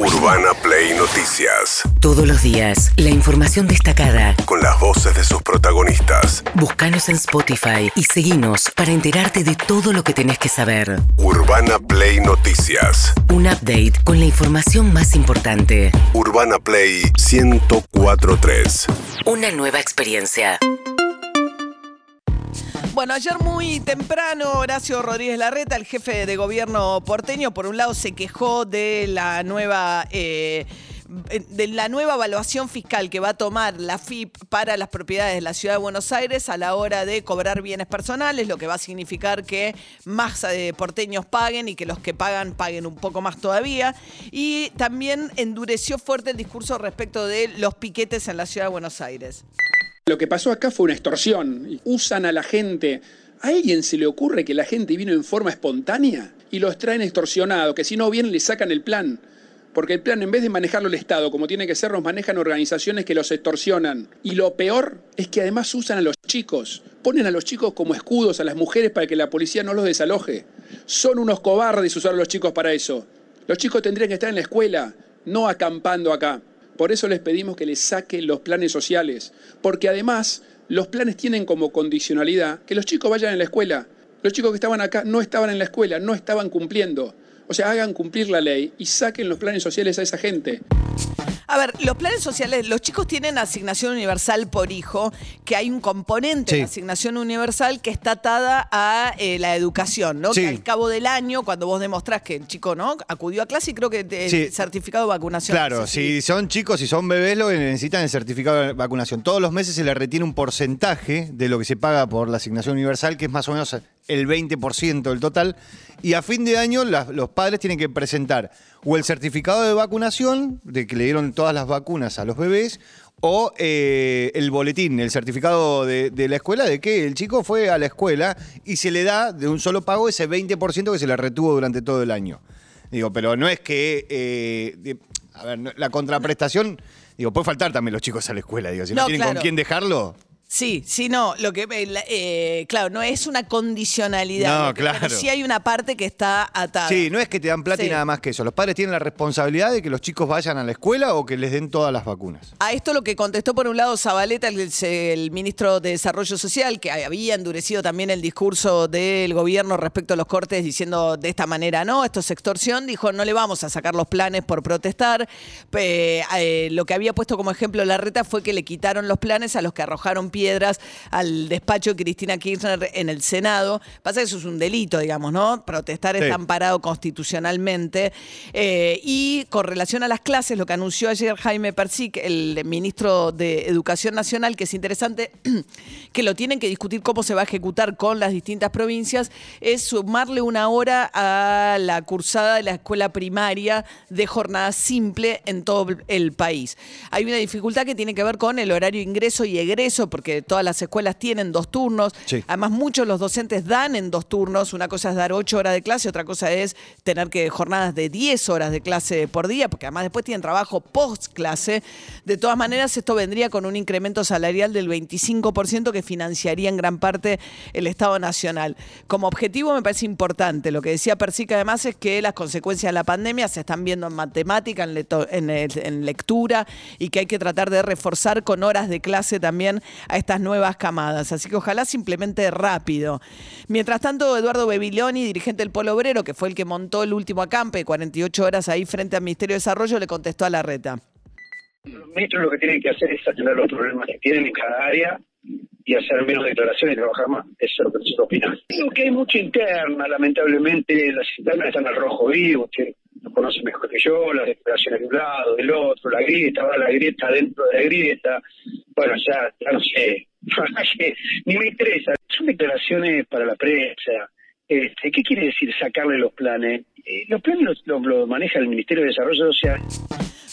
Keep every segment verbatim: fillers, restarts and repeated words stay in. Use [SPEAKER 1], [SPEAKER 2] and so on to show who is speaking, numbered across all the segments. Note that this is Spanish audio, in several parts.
[SPEAKER 1] Urbana Play Noticias.
[SPEAKER 2] Todos los días, la información destacada
[SPEAKER 1] Con las voces de sus protagonistas.
[SPEAKER 2] Búscanos en Spotify y seguinos para enterarte de todo lo que tenés que saber.
[SPEAKER 1] Urbana Play Noticias.
[SPEAKER 2] Un update con la información más importante.
[SPEAKER 1] Urbana Play ciento cuatro punto tres.
[SPEAKER 2] Una nueva experiencia.
[SPEAKER 3] Bueno, ayer muy temprano, Horacio Rodríguez Larreta, el jefe de gobierno porteño, por un lado se quejó de la nueva... Eh, de la nueva evaluación fiscal que va a tomar la F I P para las propiedades de la Ciudad de Buenos Aires a la hora de cobrar bienes personales, lo que va a significar que más eh, porteños paguen y que los que pagan paguen un poco más todavía. Y también endureció fuerte el discurso respecto de los piquetes en la Ciudad de Buenos Aires.
[SPEAKER 4] Lo que pasó acá fue una extorsión. Usan a la gente. ¿A alguien se le ocurre que la gente vino en forma espontánea y los traen extorsionados, que si no vienen le sacan el plan? Porque el plan, en vez de manejarlo el Estado, como tiene que ser, los manejan organizaciones que los extorsionan. Y lo peor es que además usan a los chicos. Ponen a los chicos como escudos a las mujeres para que la policía no los desaloje. Son unos cobardes usar a los chicos para eso. Los chicos tendrían que estar en la escuela, no acampando acá. Por eso les pedimos que les saquen los planes sociales. Porque además, los planes tienen como condicionalidad que los chicos vayan a la escuela. Los chicos que estaban acá no estaban en la escuela, no estaban cumpliendo. O sea, hagan cumplir la ley y saquen los planes sociales a esa gente.
[SPEAKER 3] A ver, los planes sociales, los chicos tienen asignación universal por hijo, que hay un componente
[SPEAKER 5] Sí.
[SPEAKER 3] de asignación universal que está atada a eh, la educación, ¿no?
[SPEAKER 5] Sí.
[SPEAKER 3] Que al cabo del año, cuando vos demostrás que el chico, ¿no?, acudió a clase y creo que te,
[SPEAKER 5] Sí.
[SPEAKER 3] el certificado de vacunación.
[SPEAKER 5] Claro,
[SPEAKER 3] Sí, sí.
[SPEAKER 5] si son chicos, si son bebés, lo que necesitan es el certificado de vacunación. Todos los meses se les retiene un porcentaje de lo que se paga por la asignación universal, que es más o menos el veinte por ciento del total. Y a fin de año la- los padres tienen que presentar o el certificado de vacunación, de que le dieron todas las vacunas a los bebés, o eh, el boletín, el certificado de, de la escuela de que el chico fue a la escuela y se le da de un solo pago ese veinte por ciento que se le retuvo durante todo el año. Digo, pero no es que... eh, de- a ver, no- la contraprestación... Digo, puede faltar también los chicos a la escuela. Digo, si no,
[SPEAKER 3] No,
[SPEAKER 5] tienen
[SPEAKER 3] claro.
[SPEAKER 5] con quién dejarlo...
[SPEAKER 3] Sí, sí, no, lo que, eh, la- eh, claro, no es una condicionalidad.
[SPEAKER 5] No,
[SPEAKER 3] lo que-
[SPEAKER 5] claro.
[SPEAKER 3] Pero sí hay una parte que está atada.
[SPEAKER 5] Sí, no es que te dan plata
[SPEAKER 3] Sí.
[SPEAKER 5] y nada más que eso. Los padres tienen la responsabilidad de que los chicos vayan a la escuela o que les den todas las vacunas.
[SPEAKER 3] A esto lo que contestó por un lado Zabaleta, el, el ministro de Desarrollo Social, que había endurecido también el discurso del gobierno respecto a los cortes, diciendo de esta manera no, esto es extorsión, dijo no le vamos a sacar los planes por protestar. Eh, eh, lo que había puesto como ejemplo Larreta fue que le quitaron los planes a los que arrojaron piedras al despacho de Cristina Kirchner en el Senado. Pasa que eso es un delito, digamos, ¿no? Protestar
[SPEAKER 5] Sí.
[SPEAKER 3] está amparado constitucionalmente. Eh, y con relación a las clases, lo que anunció ayer Jaime Persic, el ministro de Educación Nacional, que es interesante, que lo tienen que discutir cómo se va a ejecutar con las distintas provincias, es sumarle una hora a la cursada de la escuela primaria de jornada simple en todo el país. Hay una dificultad que tiene que ver con el horario ingreso y egreso, porque todas las escuelas tienen dos turnos.
[SPEAKER 5] Sí.
[SPEAKER 3] Además, muchos de los docentes dan en dos turnos. Una cosa es dar ocho horas de clase, otra cosa es tener que jornadas de diez horas de clase por día, porque además después tienen trabajo post clase. De todas maneras, esto vendría con un incremento salarial del veinticinco por ciento que financiaría en gran parte el Estado Nacional. Como objetivo me parece importante. Lo que decía Persica además es que las consecuencias de la pandemia se están viendo en matemática, en, leto- en, el- en lectura, y que hay que tratar de reforzar con horas de clase también a estas nuevas camadas. Así que ojalá se implemente rápido. Mientras tanto, Eduardo Beviloni, dirigente del Polo Obrero, que fue el que montó el último acampe de cuarenta y ocho horas ahí frente al Ministerio de Desarrollo, le contestó a Larreta.
[SPEAKER 6] Los ministros lo que tienen que hacer es atender los problemas que tienen en cada área y hacer menos declaraciones y trabajar más. Eso es lo que nosotros opinamos. Creo que hay mucha interna, lamentablemente las internas están al rojo vivo, usted lo conoce mejor que yo, las declaraciones de un lado, del otro, la grieta, ahora la grieta dentro de la grieta. Bueno, ya, ya no sé, ni me interesa. Son declaraciones para la prensa. Este, ¿Qué quiere decir sacarle los planes? Eh, los planes los, los, los maneja el Ministerio de Desarrollo Social.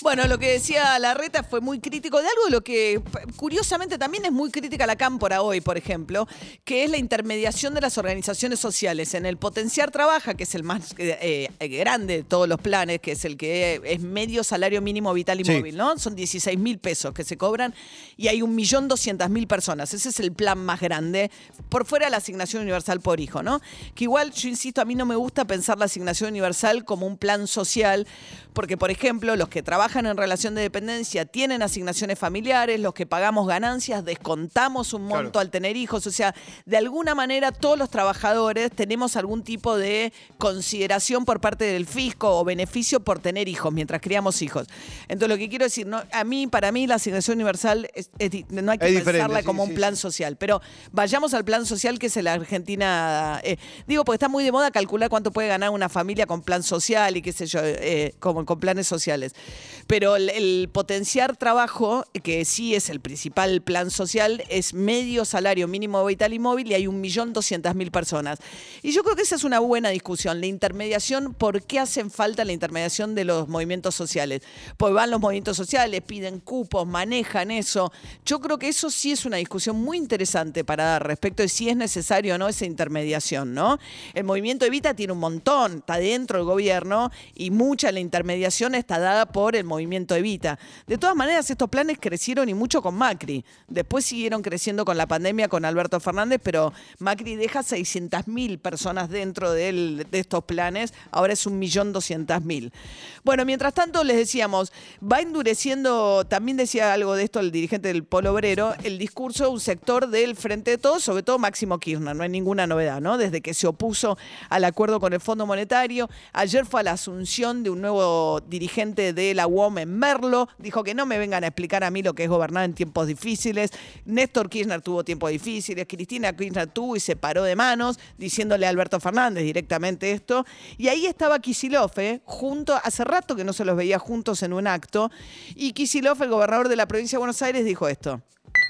[SPEAKER 3] Bueno, lo que decía Larreta fue muy crítico de algo de lo que curiosamente también es muy crítica la Cámpora hoy, por ejemplo, que es la intermediación de las organizaciones sociales. En el Potenciar Trabaja, que es el más eh, grande de todos los planes, que es el que es medio salario mínimo vital y
[SPEAKER 5] Sí.
[SPEAKER 3] móvil, ¿no? Son dieciséis mil pesos que se cobran y hay un millón doscientas mil personas. Ese es el plan más grande, por fuera de la asignación universal por hijo, ¿no? Que igual, yo insisto, a mí no me gusta pensar la asignación universal como un plan social, porque, por ejemplo, los que trabajan en relación de dependencia tienen asignaciones familiares, los que pagamos ganancias descontamos un monto
[SPEAKER 5] Claro.
[SPEAKER 3] al tener hijos, o sea, de alguna manera todos los trabajadores tenemos algún tipo de consideración por parte del fisco o beneficio por tener hijos, mientras criamos hijos. Entonces, lo que quiero decir, no, a mí, para mí, la asignación universal es- es di- no hay que
[SPEAKER 5] Es
[SPEAKER 3] pensarla
[SPEAKER 5] diferente, sí,
[SPEAKER 3] como un
[SPEAKER 5] sí,
[SPEAKER 3] plan
[SPEAKER 5] sí.
[SPEAKER 3] social, pero vayamos al plan social que es la Argentina. eh, digo, porque está muy de moda calcular cuánto puede ganar una familia con plan social y qué sé yo, eh, como con planes sociales. Pero el, el potenciar trabajo, que sí es el principal plan social, es medio salario mínimo vital y móvil y hay un millón doscientas mil personas. Y yo creo que esa es una buena discusión. La intermediación, ¿por qué hacen falta la intermediación de los movimientos sociales? Pues van los movimientos sociales, piden cupos, manejan eso. Yo creo que eso sí es una discusión muy interesante para dar respecto de si es necesario o no esa intermediación, ¿no? El movimiento Evita tiene un montón, está dentro del gobierno y mucha de la intermediación está dada por el movimiento Evita. De todas maneras, estos planes crecieron y mucho con Macri. Después siguieron creciendo con la pandemia con Alberto Fernández, pero Macri deja seiscientas mil personas dentro de, él, de estos planes, ahora es un millón doscientas mil. Bueno, mientras tanto les decíamos, va endureciendo, también decía algo de esto el dirigente del Polo Obrero, el discurso de un sector del Frente de Todos, sobre todo Máximo Kirchner, no hay ninguna novedad, ¿no? Desde que se opuso al acuerdo con el Fondo Monetario, ayer fue a la asunción de un nuevo dirigente de la U O M en Merlo, dijo que no me vengan a explicar a mí lo que es gobernar en tiempos difíciles. Néstor Kirchner tuvo tiempos difíciles, Cristina Kirchner tuvo y se paró de manos, diciéndole a Alberto Fernández directamente esto. Y ahí estaba Kicillof, ¿eh? junto, hace rato que no se los veía juntos en un acto, y Kicillof, el gobernador de la provincia de Buenos Aires, dijo esto.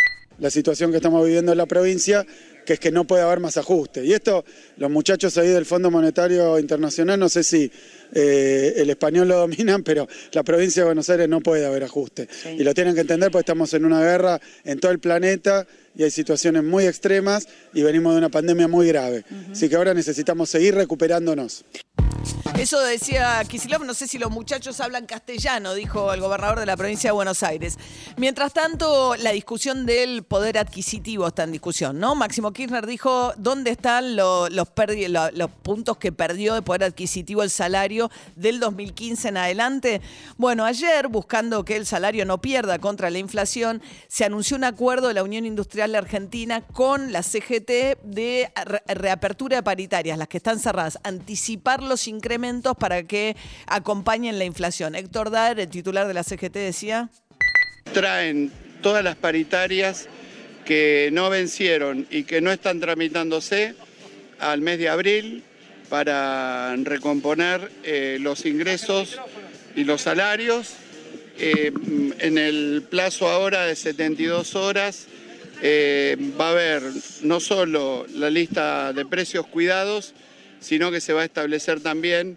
[SPEAKER 7] La situación que estamos viviendo en la provincia, que es que no puede haber más ajuste. Y esto, los muchachos ahí del Fondo Monetario Internacional, no sé si eh, el español lo dominan, pero la provincia de Buenos Aires no puede haber ajuste. Sí. Y lo tienen que entender porque estamos en una guerra en todo el planeta y hay situaciones muy extremas y venimos de una pandemia muy grave. Uh-huh. Así que ahora necesitamos seguir recuperándonos.
[SPEAKER 3] Eso decía Kicillof, no sé si los muchachos hablan castellano, dijo el gobernador de la provincia de Buenos Aires. Mientras tanto, la discusión del poder adquisitivo está en discusión, ¿no? Máximo Kirchner dijo dónde están lo, los, perdi- lo, los puntos que perdió de poder adquisitivo el salario del dos mil quince en adelante. Bueno, ayer, buscando que el salario no pierda contra la inflación, se anunció un acuerdo de la Unión Industrial de Argentina con la C G T de re- reapertura de paritarias, las que están cerradas, anticipar los incrementos para que acompañen la inflación. Héctor Daer, el titular de la C G T, decía...
[SPEAKER 8] Traen todas las paritarias que no vencieron y que no están tramitándose al mes de abril para recomponer eh, los ingresos y los salarios. Eh, en el plazo ahora de setenta y dos horas eh, va a haber no solo la lista de precios cuidados, sino que se va a establecer también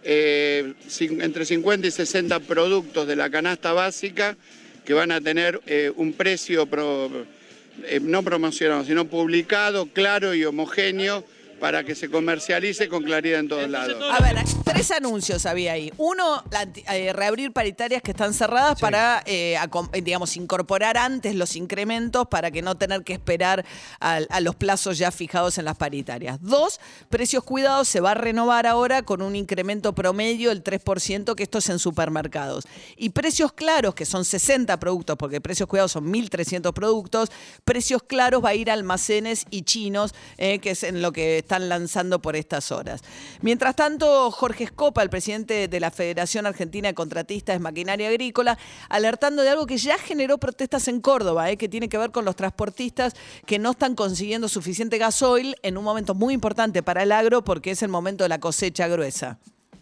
[SPEAKER 8] eh, entre cincuenta y sesenta productos de la canasta básica que van a tener eh, un precio pro, eh, no promocionado, sino publicado, claro y homogéneo, para que se comercialice con claridad en todos lados.
[SPEAKER 3] A ver, tres anuncios había ahí. Uno, la, eh, reabrir paritarias que están cerradas sí. para, eh, a, digamos, incorporar antes los incrementos para que no tener que esperar a, a los plazos ya fijados en las paritarias. Dos, precios cuidados se va a renovar ahora con un incremento promedio del tres por ciento, que esto es en supermercados. Y precios claros, que son sesenta productos, porque precios cuidados son mil trescientos productos, precios claros va a ir a almacenes y chinos, eh, que es en lo que están lanzando por estas horas. Mientras tanto, Jorge Scopa, el presidente de la Federación Argentina de Contratistas de Maquinaria Agrícola, alertando de algo que ya generó protestas en Córdoba, eh, que tiene que ver con los transportistas que no están consiguiendo suficiente gasoil en un momento muy importante para el agro, porque es el momento de la cosecha gruesa.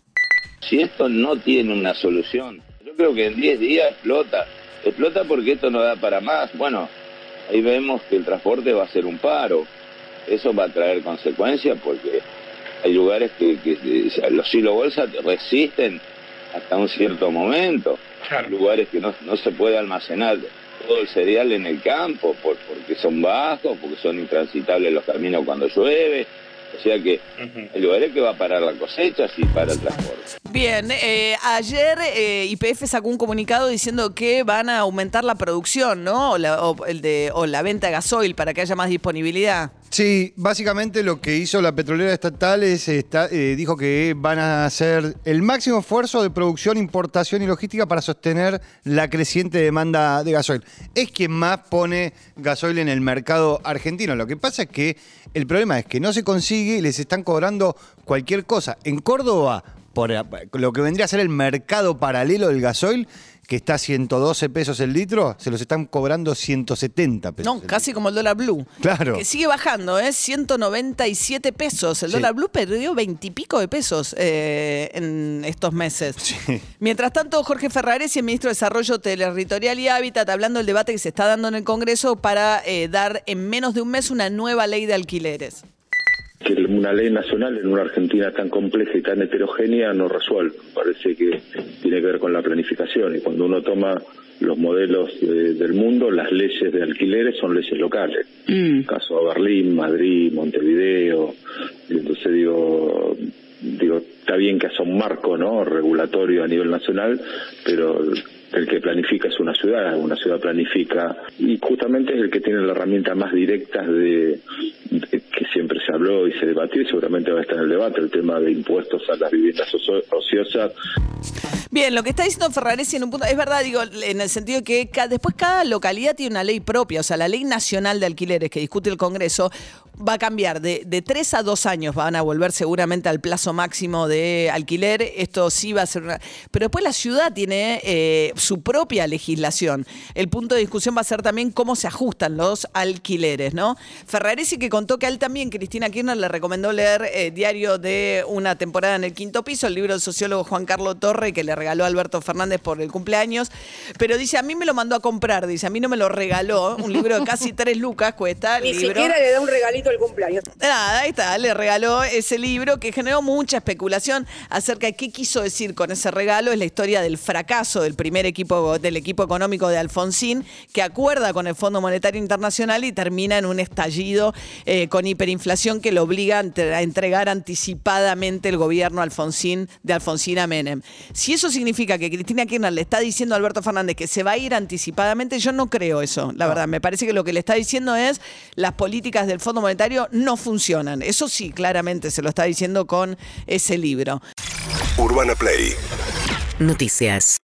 [SPEAKER 9] Si esto no tiene una solución, yo creo que en diez días explota. Explota porque esto no da para más. Bueno, ahí vemos que el transporte va a ser un paro. Eso va a traer consecuencias porque hay lugares que, que los silos bolsa resisten hasta un cierto momento.
[SPEAKER 6] Claro.
[SPEAKER 9] Lugares que no, no se puede almacenar todo el cereal en el campo por, porque son bajos, porque son intransitables los caminos cuando llueve. O sea que uh-huh. hay lugares que va a parar la cosecha si para el transporte.
[SPEAKER 3] Bien, eh, ayer eh, Y P F sacó un comunicado diciendo que van a aumentar la producción, ¿no? O la, o el de, o la venta de gasoil para que haya más disponibilidad.
[SPEAKER 5] Sí, básicamente lo que hizo la petrolera estatal es, está, eh, dijo que van a hacer el máximo esfuerzo de producción, importación y logística para sostener la creciente demanda de gasoil. Es quien más pone gasoil en el mercado argentino. Lo que pasa es que el problema es que no se consigue y les están cobrando cualquier cosa. En Córdoba, por lo que vendría a ser el mercado paralelo del gasoil, que está a ciento doce pesos el litro, se los están cobrando ciento setenta pesos.
[SPEAKER 3] No, casi como el dólar blue.
[SPEAKER 5] Claro.
[SPEAKER 3] Que sigue bajando, ¿eh? ciento noventa y siete pesos. El sí. dólar blue perdió veintipico de pesos eh, en estos meses.
[SPEAKER 5] Sí.
[SPEAKER 3] Mientras tanto, Jorge Ferraresi, el ministro de Desarrollo Territorial y Hábitat, hablando del debate que se está dando en el Congreso para eh, dar en menos de un mes una nueva ley de alquileres.
[SPEAKER 10] Que una ley nacional en una Argentina tan compleja y tan heterogénea no resuelve. Parece que tiene que ver con la planificación, y cuando uno toma los modelos de, del mundo, las leyes de alquileres son leyes locales. Mm. Caso a Berlín, Madrid, Montevideo. Entonces digo, digo, está bien que haya un marco, ¿no?, regulatorio a nivel nacional, pero el que planifica es una ciudad, una ciudad planifica, y justamente es el que tiene la herramienta más directa de, de que siempre se habló y se debatió, y seguramente va a estar en el debate, el tema de impuestos a las viviendas ociosas.
[SPEAKER 3] Bien, lo que está diciendo Ferraresi en un punto, es verdad, digo, en el sentido que ca, después cada localidad tiene una ley propia, o sea, la ley nacional de alquileres que discute el Congreso va a cambiar de, de tres a dos años, van a volver seguramente al plazo máximo de alquiler, esto sí va a ser una... Pero después la ciudad tiene eh, su propia legislación. El punto de discusión va a ser también cómo se ajustan los alquileres, ¿no? Ferraresi, que contó que a él también, Cristina Kirchner, le recomendó leer eh, Diario de una temporada en el quinto piso, el libro del sociólogo Juan Carlos Torre, que le regaló a Alberto Fernández por el cumpleaños, pero dice, a mí me lo mandó a comprar, dice, a mí no me lo regaló, un libro de casi tres lucas cuesta.
[SPEAKER 11] Ni
[SPEAKER 3] libro.
[SPEAKER 11] siquiera le da un regalito el cumpleaños.
[SPEAKER 3] Nada, ahí está, le regaló ese libro que generó mucha especulación acerca de qué quiso decir con ese regalo. Es la historia del fracaso del primer equipo, del equipo económico de Alfonsín, que acuerda con el Fondo Monetario Internacional y termina en un estallido eh, con hiperinflación que lo obliga a entregar anticipadamente el gobierno Alfonsín, de Alfonsín a Menem. Si eso significa que Cristina Kirchner le está diciendo a Alberto Fernández que se va a ir anticipadamente, yo no creo eso, la verdad. Me parece que lo que le está diciendo es las políticas del Fondo Monetario no funcionan. Eso sí, claramente se lo está diciendo con ese libro.
[SPEAKER 1] Urbana Play.
[SPEAKER 2] Noticias.